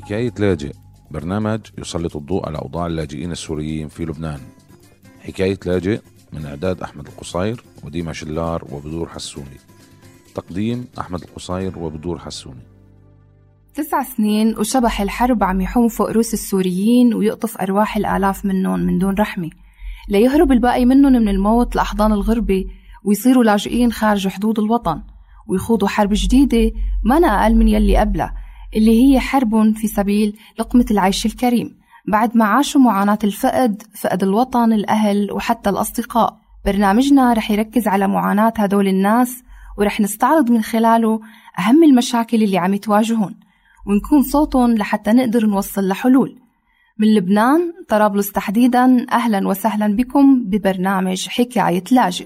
حكاية لاجئ، برنامج يسلط الضوء على أوضاع اللاجئين السوريين في لبنان. حكاية لاجئ من إعداد أحمد القصير وديما شلار وبدور حسوني. تقديم أحمد القصير وبدور حسوني. 9 سنين وشبح الحرب عم يحوم فوق رؤوس السوريين ويقطف أرواح الآلاف منهم من دون رحمة، ليهرب الباقي منهم من الموت لأحضان الغربة ويصيروا لاجئين خارج حدود الوطن، ويخوضوا حرب جديدة ما أقل من يلي قبلها، اللي هي حرب في سبيل لقمة العيش الكريم بعد ما عاشوا معاناة فقد الوطن، الأهل وحتى الأصدقاء. برنامجنا رح يركز على معاناة هدول الناس، ورح نستعرض من خلاله أهم المشاكل اللي عم تواجهون ونكون صوتهم لحتى نقدر نوصل لحلول. من لبنان، طرابلس تحديداً، أهلاً وسهلاً بكم ببرنامج حكاية لاجئ.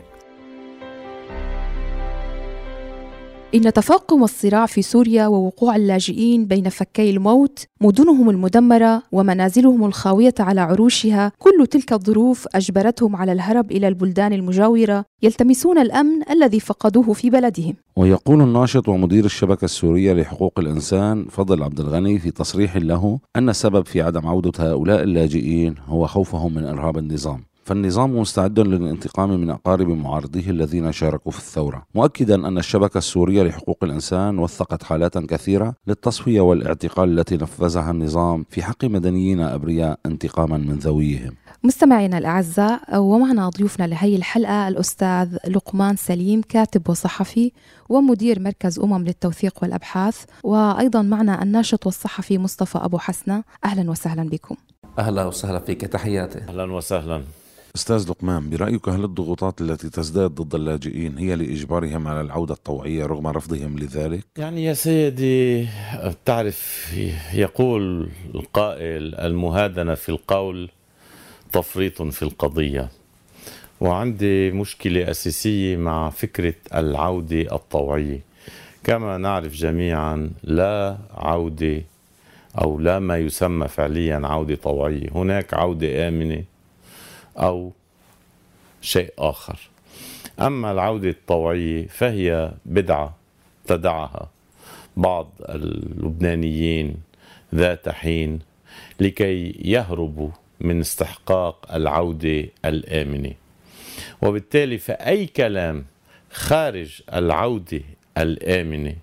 إن تفاقم الصراع في سوريا ووقوع اللاجئين بين فكي الموت، مدنهم المدمرة ومنازلهم الخاوية على عروشها، كل تلك الظروف أجبرتهم على الهرب إلى البلدان المجاورة يلتمسون الأمن الذي فقدوه في بلدهم. ويقول الناشط ومدير الشبكة السورية لحقوق الإنسان فضل عبد الغني في تصريح له أن السبب في عدم عودة هؤلاء اللاجئين هو خوفهم من إرهاب النظام، فالنظام مستعد للانتقام من أقارب معارضيه الذين شاركوا في الثورة، مؤكدا أن الشبكة السورية لحقوق الإنسان وثقت حالات كثيرة للتصفية والاعتقال التي نفذها النظام في حق مدنيين أبرياء انتقاما من ذويهم. مستمعينا الأعزاء، ومعنا ضيوفنا لهي الحلقة الأستاذ لقمان سليم، كاتب وصحفي ومدير مركز للتوثيق والأبحاث، وأيضا معنا الناشط والصحفي مصطفى أبو حسنة. أهلا وسهلا بكم. أهلا وسهلا فيك، تحياتي. أهلا وسهلا. أستاذ لقمان، برأيك هل الضغوطات التي تزداد ضد اللاجئين هي لإجبارهم على العودة الطوعية رغم رفضهم لذلك؟ يعني يا سيدي، تعرف يقول القائل: المهادنة في القول تفريط في القضية. وعندي مشكلة أساسية مع فكرة العودة الطوعية. كما نعرف جميعا، لا عودة أو لا ما يسمى فعليا عودة طوعية، هناك عودة آمنة أو شيء آخر. أما العودة الطوعية فهي بدعة ابتدعها بعض اللبنانيين ذات حين لكي يهربوا من استحقاق العودة الآمنة، وبالتالي فأي كلام خارج العودة الآمنة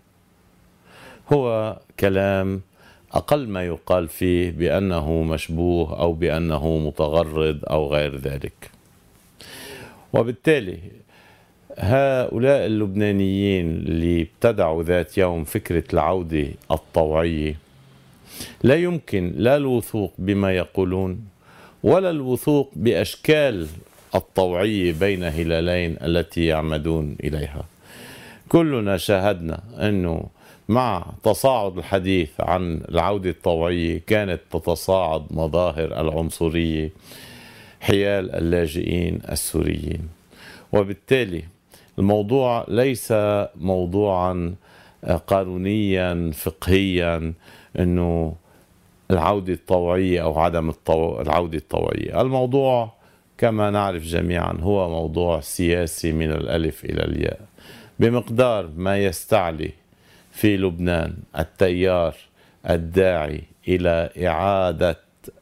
هو كلام أقل ما يقال فيه بأنه مشبوه أو بأنه متغرض أو غير ذلك. وبالتالي هؤلاء اللبنانيين اللي ابتدعوا ذات يوم فكرة العودة الطوعية لا يمكن لا الوثوق بما يقولون ولا الوثوق بأشكال الطوعية بين هلالين التي يعمدون إليها. كلنا شاهدنا أنه مع تصاعد الحديث عن العودة الطوعية كانت تتصاعد مظاهر العنصرية حيال اللاجئين السوريين. وبالتالي الموضوع ليس موضوعا قانونيا فقهيا أنه العودة الطوعية أو عدم العودة الطوعية. الموضوع كما نعرف جميعا هو موضوع سياسي من الألف إلى الياء، بمقدار ما يستعلي في لبنان التيار الداعي إلى إعادة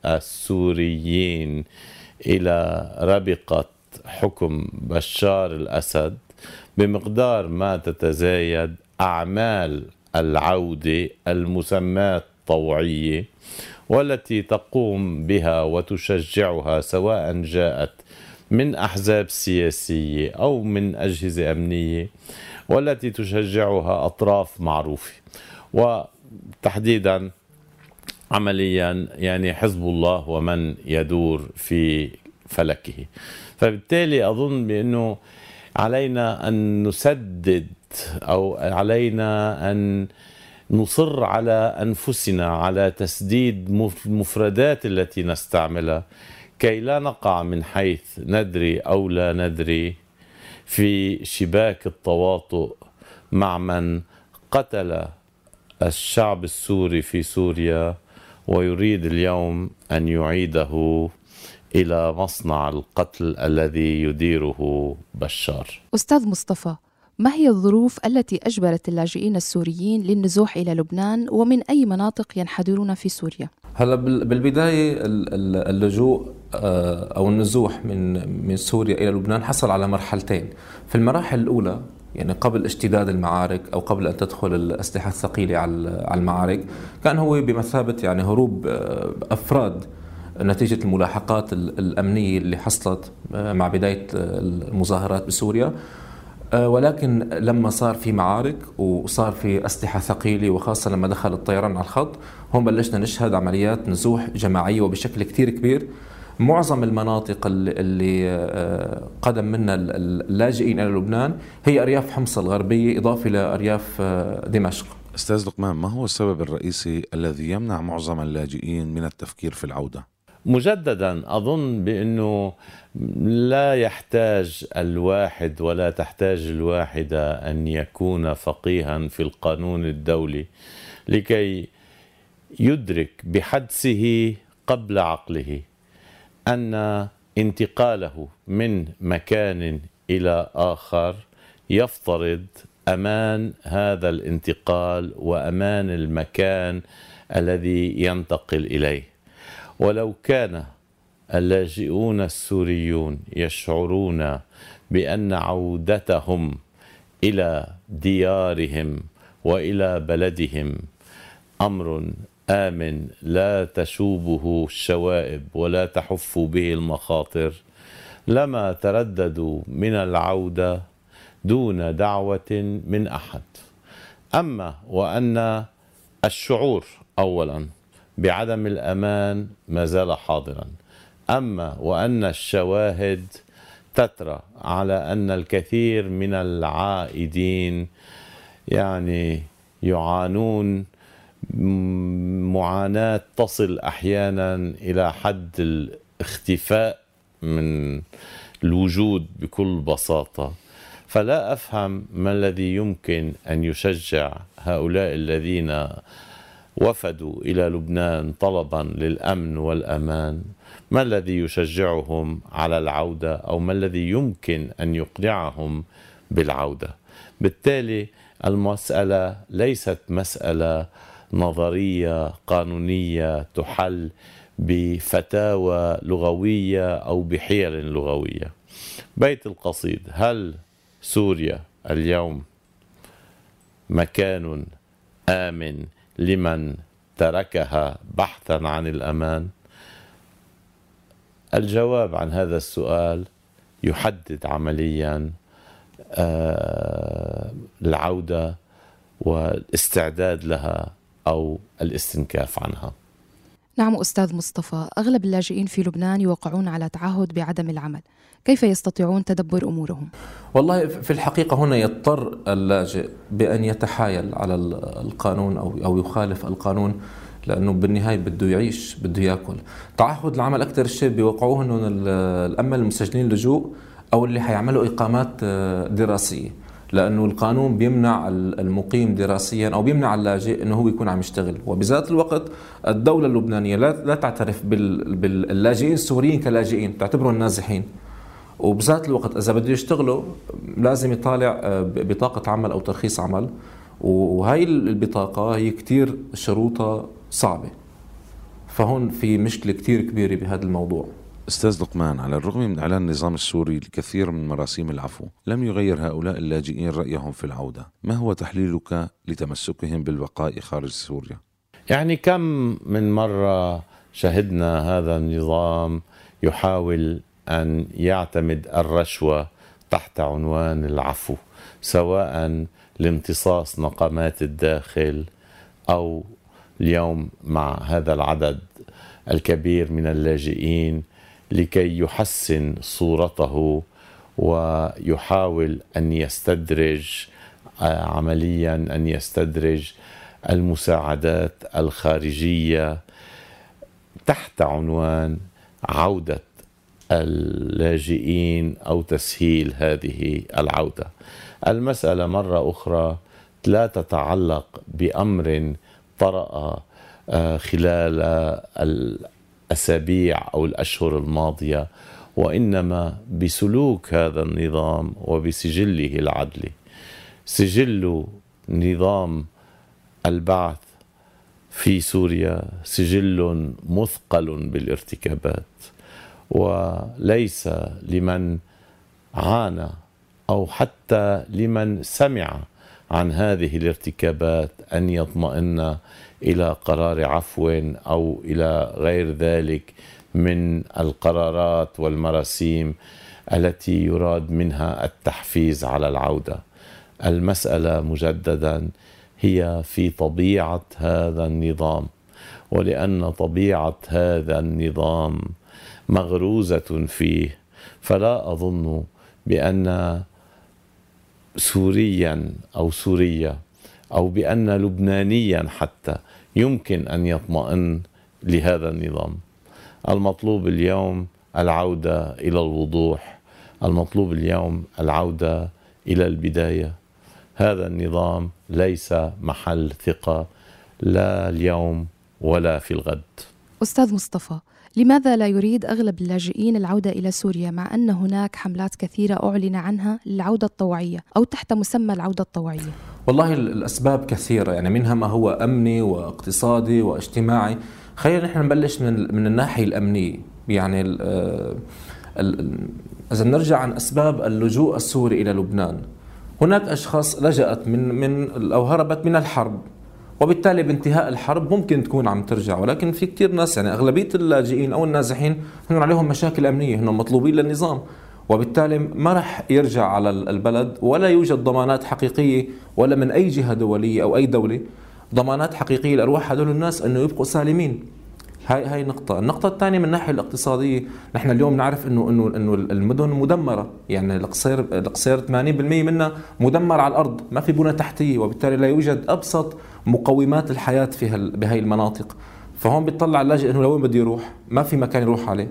السوريين إلى ربقة حكم بشار الأسد، بمقدار ما تتزايد أعمال العودة المسماة طوعية والتي تقوم بها وتشجعها سواء جاءت من أحزاب سياسية أو من أجهزة أمنية، والتي تشجعها أطراف معروفة، وتحديدا عمليا يعني حزب الله ومن يدور في فلكه. فبالتالي أظن بأنه علينا أن نسدد أو علينا أن نصر على أنفسنا على تسديد المفردات التي نستعملها كي لا نقع من حيث ندري أو لا ندري في شباك التواطؤ مع من قتل الشعب السوري في سوريا ويريد اليوم أن يعيده إلى مصنع القتل الذي يديره بشار. أستاذ مصطفى، ما هي الظروف التي أجبرت اللاجئين السوريين للنزوح إلى لبنان ومن أي مناطق ينحدرون في سوريا؟ هلا بالبداية اللجوء أو النزوح من سوريا إلى لبنان حصل على مرحلتين. في المراحل الأولى يعني قبل اشتداد المعارك أو قبل أن تدخل الأسلحة الثقيلة على المعارك، كان هو بمثابة يعني هروب أفراد نتيجة الملاحقات الأمنية اللي حصلت مع بداية المظاهرات بسوريا. ولكن لما صار في معارك وصار في أسلحة ثقيلة وخاصة لما دخل الطيران على الخط، هم بلشنا نشهد عمليات نزوح جماعية وبشكل كتير كبير. معظم المناطق اللي قدم منها اللاجئين إلى لبنان هي أرياف حمص الغربية إضافة لأرياف دمشق. أستاذ لقمان، ما هو السبب الرئيسي الذي يمنع معظم اللاجئين من التفكير في العودة؟ مجددا أظن بأنه لا يحتاج الواحد ولا تحتاج الواحدة أن يكون فقيها في القانون الدولي لكي يدرك بحدسه قبل عقله أن انتقاله من مكان إلى آخر يفترض أمان هذا الانتقال وأمان المكان الذي ينتقل إليه. ولو كان اللاجئون السوريون يشعرون بأن عودتهم إلى ديارهم وإلى بلدهم أمر آمن لا تشوبه الشوائب ولا تحف به المخاطر، لما ترددوا من العودة دون دعوة من أحد. أما وأن الشعور أولا بعدم الأمان ما زال حاضرا، أما وأن الشواهد تترى على أن الكثير من العائدين يعني يعانون معاناة تصل أحيانا إلى حد الاختفاء من الوجود بكل بساطة. فلا أفهم ما الذي يمكن أن يشجع هؤلاء الذين وفدوا إلى لبنان طلبا للأمن والأمان، ما الذي يشجعهم على العودة أو ما الذي يمكن أن يقنعهم بالعودة. بالتالي المسألة ليست مسألة نظرية قانونية تحل بفتاوى لغوية أو بحيل لغوية. بيت القصيد: هل سوريا اليوم مكان آمن لمن تركها بحثا عن الأمان؟ الجواب عن هذا السؤال يحدد عمليا العودة والاستعداد لها أو الاستنكاف عنها. نعم أستاذ مصطفى، أغلب اللاجئين في لبنان يوقعون على تعهد بعدم العمل، كيف يستطيعون تدبر أمورهم؟ والله في الحقيقة هنا يضطر اللاجئ بأن يتحايل على القانون أو يخالف القانون، لأنه بالنهاية بده يعيش، بده يأكل. تعهد العمل أكثر شيء بيوقعوه إنه الأما المسجلين اللجوء أو اللي حيعملوا إقامات دراسية، لأنه القانون بيمنع المقيم دراسيا أو بيمنع اللاجئ أنه هو يكون عم يشتغل. وبذات الوقت الدولة اللبنانية لا تعترف باللاجئين السوريين كلاجئين، تعتبرهم نازحين. وبذات الوقت إذا بده يشتغلوا لازم يطالع بطاقة عمل أو ترخيص عمل، وهي البطاقة هي كتير شروطها صعبة. فهون في مشكلة كتير كبيرة بهذا الموضوع. أستاذ لقمان، على الرغم من إعلان النظام السوري الكثير من مراسيم العفو، لم يغير هؤلاء اللاجئين رأيهم في العودة. ما هو تحليلك لتمسكهم بالبقاء خارج سوريا؟ يعني كم من مرة شهدنا هذا النظام يحاول أن يعتمد الرشوة تحت عنوان العفو، سواء لامتصاص نقمات الداخل أو اليوم مع هذا العدد الكبير من اللاجئين لكي يحسن صورته ويحاول أن يستدرج عمليا أن يستدرج المساعدات الخارجية تحت عنوان عودة اللاجئين أو تسهيل هذه العودة. المسألة مرة أخرى لا تتعلق بأمر طرأ خلال الأسابيع أو الأشهر الماضية، وإنما بسلوك هذا النظام وبسجله العدلي. سجل نظام البعث في سوريا سجل مثقل بالارتكابات، وليس لمن عانى أو حتى لمن سمع عن هذه الارتكابات أن يطمئن إلى قرار عفو أو إلى غير ذلك من القرارات والمراسيم التي يراد منها التحفيز على العودة. المسألة مجددا هي في طبيعة هذا النظام، ولأن طبيعة هذا النظام مغروزة فيه، فلا أظن بأن سوريا أو سوريا أو بأن لبنانيا حتى يمكن أن يطمئن لهذا النظام. المطلوب اليوم العودة إلى الوضوح، المطلوب اليوم العودة إلى البداية. هذا النظام ليس محل ثقة لا اليوم ولا في الغد. أستاذ مصطفى، لماذا لا يريد أغلب اللاجئين العودة إلى سوريا مع أن هناك حملات كثيرة أعلن عنها للعودة الطوعية أو تحت مسمى العودة الطوعية؟ والله الأسباب كثيرة، يعني منها ما هو أمني واقتصادي واجتماعي. خلينا نحن نبلش من الناحية الأمنية. يعني إذا نرجع عن أسباب اللجوء السوري إلى لبنان، هناك أشخاص لجأت من أو هربت من الحرب، وبالتالي بانتهاء الحرب ممكن تكون عم ترجع. ولكن في كتير ناس، يعني أغلبية اللاجئين أو النازحين هن عليهم مشاكل أمنية، هن مطلوبين للنظام، وبالتالي ما رح يرجع على البلد، ولا يوجد ضمانات حقيقية ولا من أي جهة دولية أو أي دولة ضمانات حقيقية لأرواح هدول الناس أنه يبقوا سالمين. هاي نقطة. النقطة الثانية من الناحية الاقتصادية، نحن اليوم نعرف انه المدن مدمرة، يعني القصير 80% منها مدمر على الارض، ما في بنى تحتية، وبالتالي لا يوجد ابسط مقومات الحياة بهاي المناطق. فهون بيطلع اللاجئ انه لوين بده يروح؟ ما في مكان يروح عليه.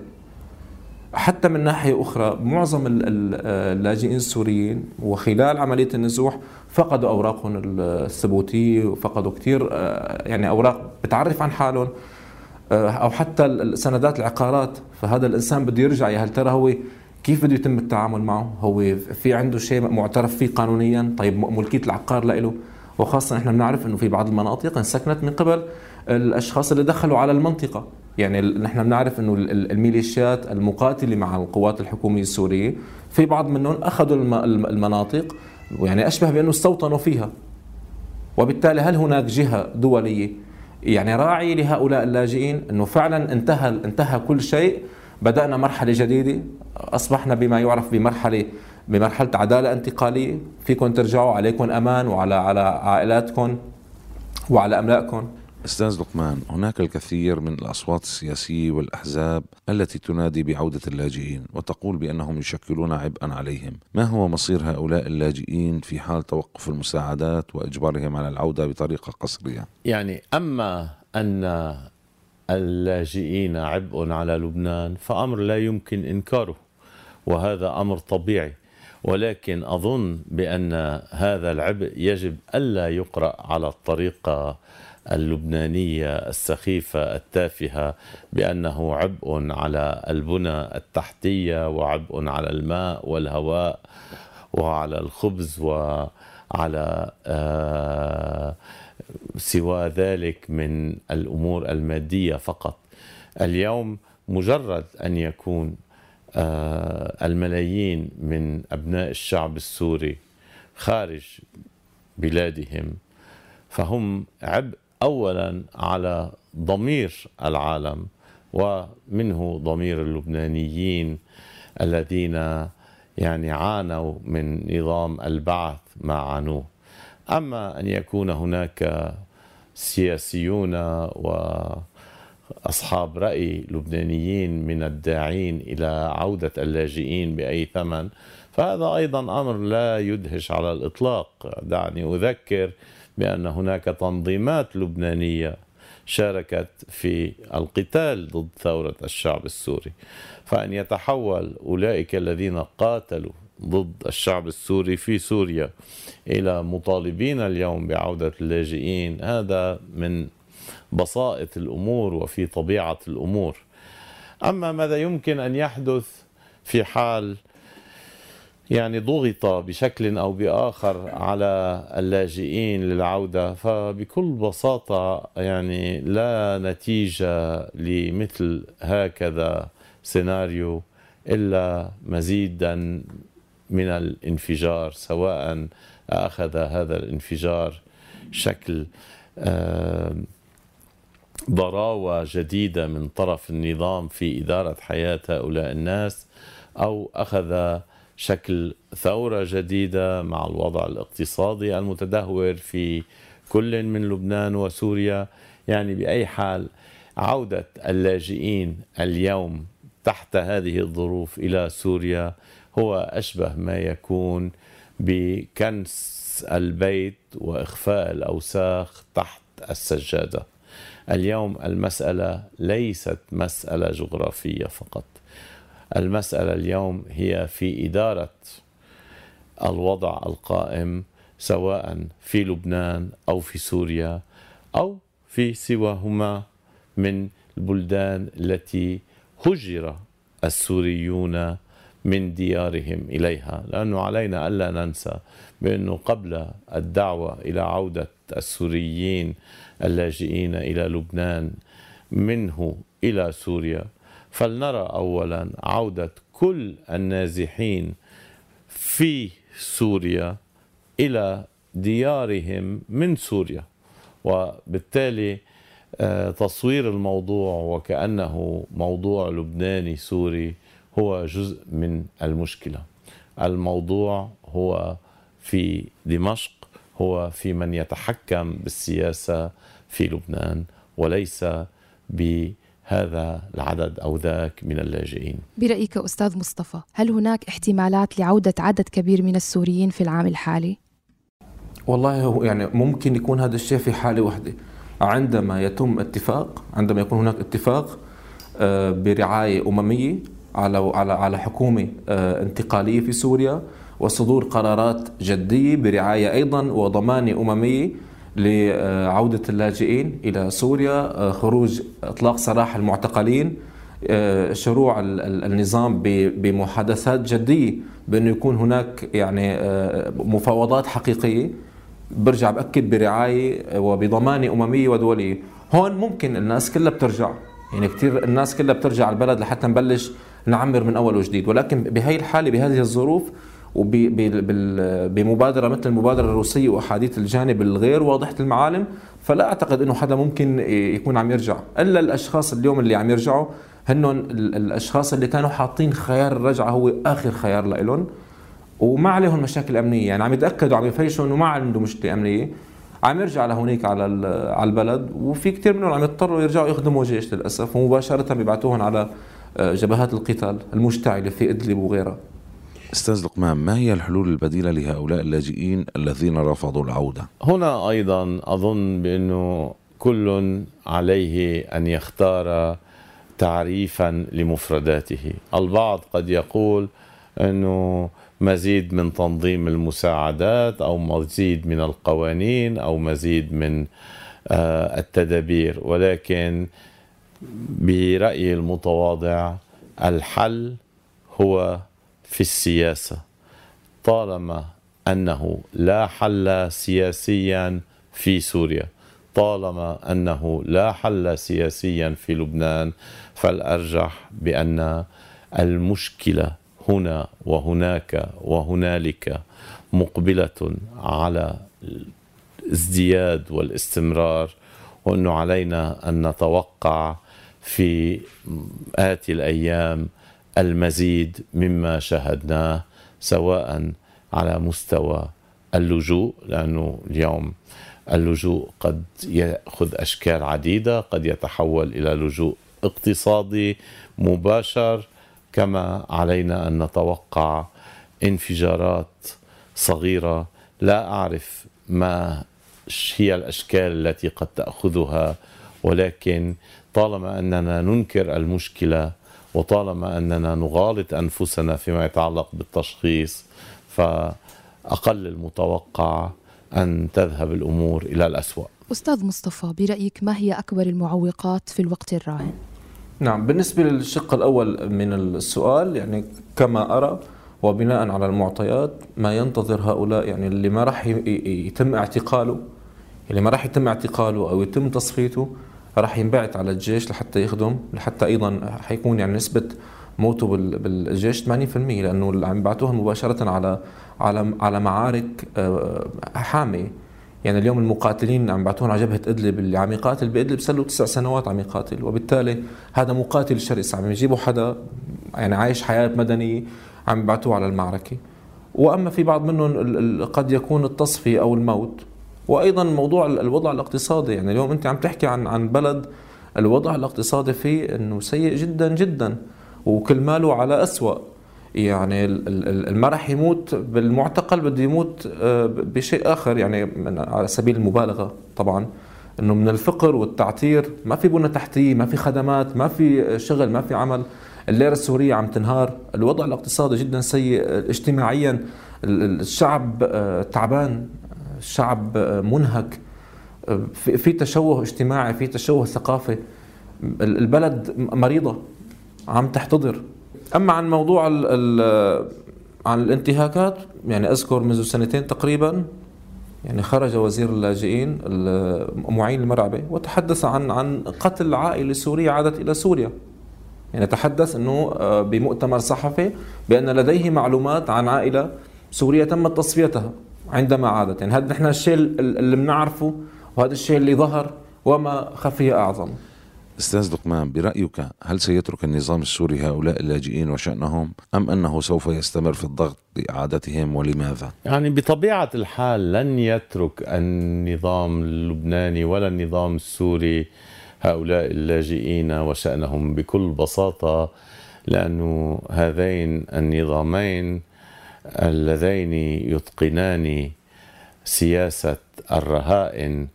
حتى من ناحية أخرى، معظم اللاجئين السوريين وخلال عملية النزوح فقدوا أوراقهم الثبوتية، وفقدوا كتير يعني أوراق بتعرف عن حالهم، أو حتى السندات العقارات. فهذا الإنسان بده يرجع، يا هل ترى هو كيف بده يتم التعامل معه؟ هو في عنده شيء معترف فيه قانونيا؟ طيب ملكية العقار لإله؟ وخاصة نحن بنعرف أنه في بعض المناطق انسكنت من قبل الأشخاص اللي دخلوا على المنطقة. يعني نحن بنعرف أنه الميليشيات المقاتلة مع القوات الحكومية السورية في بعض منهم أخذوا المناطق، ويعني أشبه بأنه استوطنوا فيها. وبالتالي هل هناك جهة دولية يعني راعي لهؤلاء اللاجئين أنه فعلا انتهى كل شيء، بدأنا مرحلة جديدة، أصبحنا بما يعرف بمرحلة عدالة انتقالية، فيكم ترجعوا، عليكم أمان وعلى عائلاتكم وعلى أملاككم؟ أستاذ لقمان، هناك الكثير من الأصوات السياسية والأحزاب التي تنادي بعودة اللاجئين وتقول بأنهم يشكلون عبئا عليهم. ما هو مصير هؤلاء اللاجئين في حال توقف المساعدات وإجبارهم على العودة بطريقة قسرية؟ يعني أما أن اللاجئين عبء على لبنان فأمر لا يمكن إنكاره، وهذا أمر طبيعي، ولكن أظن بأن هذا العبء يجب ألا يقرأ على الطريقة اللبنانية السخيفة التافهة بأنه عبء على البنى التحتية وعبء على الماء والهواء وعلى الخبز وعلى سوى ذلك من الأمور المادية فقط. اليوم مجرد أن يكون الملايين من أبناء الشعب السوري خارج بلادهم، فهم عبء أولا على ضمير العالم، ومنه ضمير اللبنانيين الذين يعني عانوا من نظام البعث ما عانوه. أما أن يكون هناك سياسيون وأصحاب رأي لبنانيين من الداعين إلى عودة اللاجئين بأي ثمن، فهذا أيضا أمر لا يدهش على الإطلاق. دعني أذكر بأن هناك تنظيمات لبنانية شاركت في القتال ضد ثورة الشعب السوري، فأن يتحول أولئك الذين قاتلوا ضد الشعب السوري في سوريا إلى مطالبين اليوم بعودة اللاجئين، هذا من بساطة الأمور وفي طبيعة الأمور. أما ماذا يمكن أن يحدث في حال يعني ضغط بشكل أو بآخر على اللاجئين للعودة، فبكل بساطة يعني لا نتيجة لمثل هكذا سيناريو إلا مزيدا من الانفجار، سواء أخذ هذا الانفجار شكل ضراوة جديدة من طرف النظام في إدارة حياة هؤلاء الناس، أو أخذ شكل ثورة جديدة مع الوضع الاقتصادي المتدهور في كل من لبنان وسوريا. يعني بأي حال عودة اللاجئين اليوم تحت هذه الظروف إلى سوريا هو أشبه ما يكون بكنس البيت وإخفاء الأوساخ تحت السجادة. اليوم المسألة ليست مسألة جغرافية فقط، المسألة اليوم هي في إدارة الوضع القائم سواء في لبنان أو في سوريا أو في سواهما من البلدان التي هجر السوريون من ديارهم إليها. لأنه علينا ألا ننسى بأنه قبل الدعوة إلى عودة السوريين اللاجئين إلى لبنان منه إلى سوريا، فلنرى أولا عودة كل النازحين في سوريا إلى ديارهم من سوريا، وبالتالي تصوير الموضوع وكأنه موضوع لبناني سوري هو جزء من المشكلة. الموضوع هو في دمشق، هو في من يتحكم بالسياسة في لبنان، وليس بهذا العدد أو ذاك من اللاجئين. برأيك أستاذ مصطفى، هل هناك احتمالات لعودة عدد كبير من السوريين في العام الحالي؟ والله هو يعني ممكن يكون هذا الشيء في حالة واحدة، عندما يتم اتفاق، عندما يكون هناك اتفاق برعاية أممية على حكومة انتقالية في سوريا، وصدور قرارات جدية برعاية أيضا وضمانة أممية لعودة اللاجئين إلى سوريا، خروج إطلاق سراح المعتقلين، شروع النظام بمحادثات جدية بأنه يكون هناك يعني مفاوضات حقيقية، برجع بأكد برعاية وبضمانة أممية ودولية. هون ممكن الناس كلها بترجع، يعني كتير الناس كلها بترجع على البلد لحتى نبلش نعمر من أول وجديد. ولكن بهي الحالة بهذه الظروف وبمبادرة مثل المبادرة الروسية وأحاديث الجانب الغير واضحة المعالم، فلا أعتقد أنه حدا ممكن يكون عم يرجع، إلا الأشخاص اليوم اللي عم يرجعوا هنن الأشخاص اللي كانوا حاطين خيار الرجعة هو آخر خيار لإلهم، وما عليهم مشاكل أمنية، يعني عم يتأكدوا عم يفيشوا أنه ما عنده مشكلة أمنية، عم يرجع لهونيك على البلد. وفي كتير منهم عم يضطروا يرجعوا يخدموا جيش للأسف، ومباشرة بيبعتوهم على جبهات القتال المشتعلة في إدلب وغيرها. أستاذ لقمان، ما هي الحلول البديلة لهؤلاء اللاجئين الذين رفضوا العودة؟ هنا أيضا أظن بأنه كل عليه أن يختار تعريفا لمفرداته. البعض قد يقول أنه مزيد من تنظيم المساعدات، أو مزيد من القوانين، أو مزيد من التدابير، ولكن برأيي المتواضع الحل هو في السياسة. طالما أنه لا حل سياسيا في سوريا، طالما أنه لا حل سياسيا في لبنان، فالأرجح بأن المشكلة هنا وهناك وهنالك مقبلة على الازدياد والاستمرار، وأنه علينا أن نتوقع في آتي الأيام المزيد مما شاهدناه، سواء على مستوى اللجوء، لأنه اليوم اللجوء قد يأخذ أشكال عديدة، قد يتحول إلى لجوء اقتصادي مباشر، كما علينا أن نتوقع انفجارات صغيرة لا أعرف ما هي الأشكال التي قد تأخذها، ولكن طالما أننا ننكر المشكلة وطالما أننا نغالط أنفسنا فيما يتعلق بالتشخيص، فأقل المتوقع أن تذهب الأمور إلى الأسوأ. أستاذ مصطفى، برأيك ما هي أكبر المعوقات في الوقت الراهن؟ نعم، بالنسبة للشق الأول من السؤال، يعني كما أرى وبناء على المعطيات ما ينتظر هؤلاء، يعني اللي ما راح يتم اعتقاله، أو يتم تصفيته راح ينبعث على الجيش لحتى يخدم، لحتى أيضا حيكون يعني نسبة موته بالجيش 80%، لأنه اللي عم يبعتوهم مباشرة على معارك حامية. يعني اليوم المقاتلين عم يبعتوهم على جبهة إدلب، اللي عم يقاتل بإدلب صار له 9 سنوات عم يقاتل، وبالتالي هذا مقاتل شرس، عم يجيبوا حدا يعني عايش حياة مدنية عم يبعتوه على المعركة. وأما في بعض منهم قد يكون التصفية أو الموت. وأيضا موضوع الوضع الاقتصادي، يعني اليوم أنت عم تحكي عن بلد الوضع الاقتصادي فيه أنه سيء جدا جدا، وكل ماله على أسوأ. يعني ما راح يموت بالمعتقل، بده يموت بشيء آخر، يعني على سبيل المبالغة طبعا، أنه من الفقر والتعتير، ما في بنى تحتية، ما في خدمات، ما في شغل، ما في عمل. الليرة السورية عم تنهار، الوضع الاقتصادي جدا سيء، اجتماعيا الشعب تعبان، الشعب منهك، في تشوه اجتماعي، في تشوه ثقافي، البلد مريضة عم تحتضر. أما عن موضوع عن الانتهاكات، يعني أذكر منذ 2 تقريبا يعني خرج وزير اللاجئين معين المرعبة وتحدث عن قتل عائلة سورية عادت إلى سوريا. يعني تحدث أنه بمؤتمر صحفي بأن لديه معلومات عن عائلة سورية تم تصفيتها عندما عادت. يعني هذا نحن الشيء اللي بنعرفه، وهذا الشيء اللي ظهر وما خفي أعظم. أستاذ لقمان، برأيك هل سيترك النظام السوري هؤلاء اللاجئين وشأنهم، أم أنه سوف يستمر في الضغط لإعادتهم، ولماذا؟ يعني بطبيعة الحال لن يترك النظام اللبناني ولا النظام السوري هؤلاء اللاجئين وشأنهم بكل بساطة، لأن هذين النظامين اللذين يتقنان سياسة الرهائن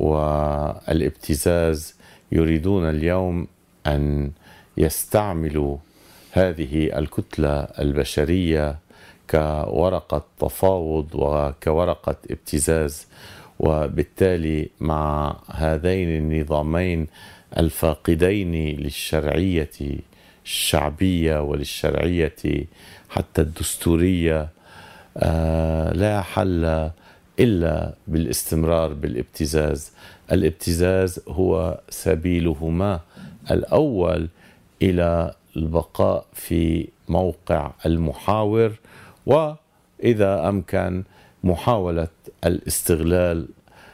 والابتزاز يريدون اليوم أن يستعملوا هذه الكتلة البشرية كورقة تفاوض وكورقة ابتزاز. وبالتالي مع هذين النظامين الفاقدين للشرعية الشعبية وللشرعية حتى الدستورية، لا حل إلا بالاستمرار بالابتزاز. الابتزاز هو سبيلهما الأول إلى البقاء في موقع المحاور، وإذا أمكن محاولة الاستغلال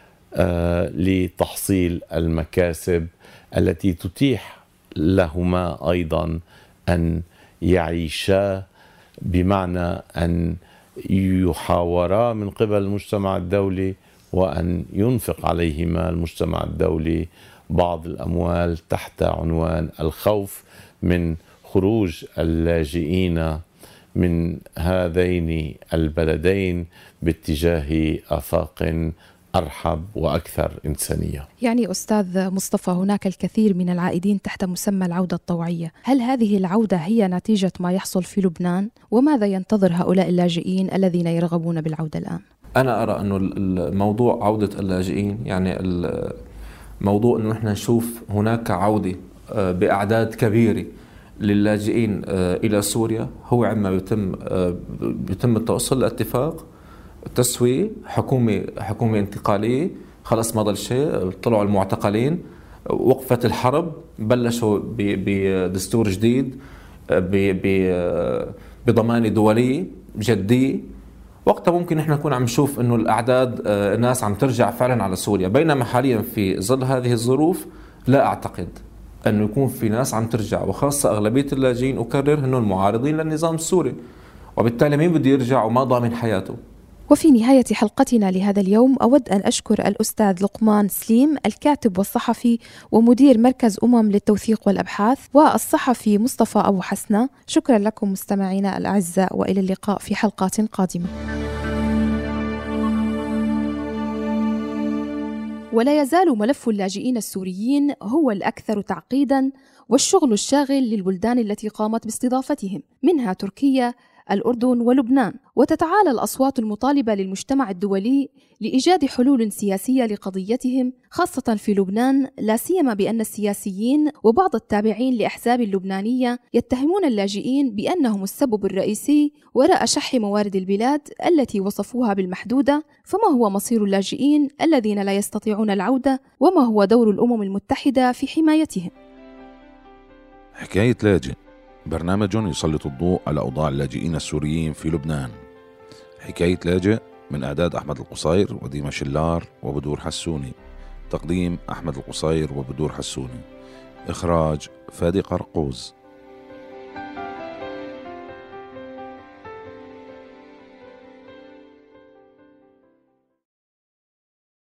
لتحصيل المكاسب التي تتيح لهما أيضا أن يعيشا، بمعنى أن يحاورا من قبل المجتمع الدولي، وأن ينفق عليهما المجتمع الدولي بعض الأموال تحت عنوان الخوف من خروج اللاجئين من هذين البلدين باتجاه آفاق أرحب وأكثر إنسانية. يعني أستاذ مصطفى، هناك الكثير من العائدين تحت مسمى العودة الطوعية، هل هذه العودة هي نتيجة ما يحصل في لبنان؟ وماذا ينتظر هؤلاء اللاجئين الذين يرغبون بالعودة الآن؟ أنا أرى أنه الموضوع عودة اللاجئين، يعني الموضوع أنه نحن نشوف هناك عودة بأعداد كبيرة للاجئين إلى سوريا، هو عندما يتم التوصل لاتفاق تسوية، حكومة انتقالية، خلص ما ضل شيء، طلعوا المعتقلين، وقفت الحرب، بلشوا بدستور جديد بضمانة دولية جدية، وقتها ممكن احنا نكون عم نشوف انه الاعداد ناس عم ترجع فعلا على سوريا. بينما حاليا في ظل هذه الظروف لا اعتقد انه يكون في ناس عم ترجع، وخاصة اغلبية اللاجئين اكرر انهم معارضين للنظام السوري، وبالتالي مين بده يرجع وما ضامن حياته. وفي نهاية حلقتنا لهذا اليوم أود أن أشكر الأستاذ لقمان سليم، الكاتب والصحفي ومدير مركز للتوثيق والأبحاث، والصحفي مصطفى أبو حسنة. شكرا لكم مستمعينا الأعزاء، وإلى اللقاء في حلقات قادمة. ولا يزال ملف اللاجئين السوريين هو الأكثر تعقيداً والشغل الشاغل للبلدان التي قامت باستضافتهم، منها تركيا الأردن ولبنان. وتتعالى الأصوات المطالبة للمجتمع الدولي لإيجاد حلول سياسية لقضيتهم، خاصة في لبنان، لا سيما بأن السياسيين وبعض التابعين لأحزاب اللبنانية يتهمون اللاجئين بأنهم السبب الرئيسي وراء شح موارد البلاد التي وصفوها بالمحدودة. فما هو مصير اللاجئين الذين لا يستطيعون العودة؟ وما هو دور الأمم المتحدة في حمايتهم؟ حكاية لاجئ، برنامج يسلط الضوء على أوضاع اللاجئين السوريين في لبنان. حكاية لاجئ من إعداد أحمد القصير وديما شلار وبدور حسوني، تقديم أحمد القصير وبدور حسوني، إخراج فادي قرقوز.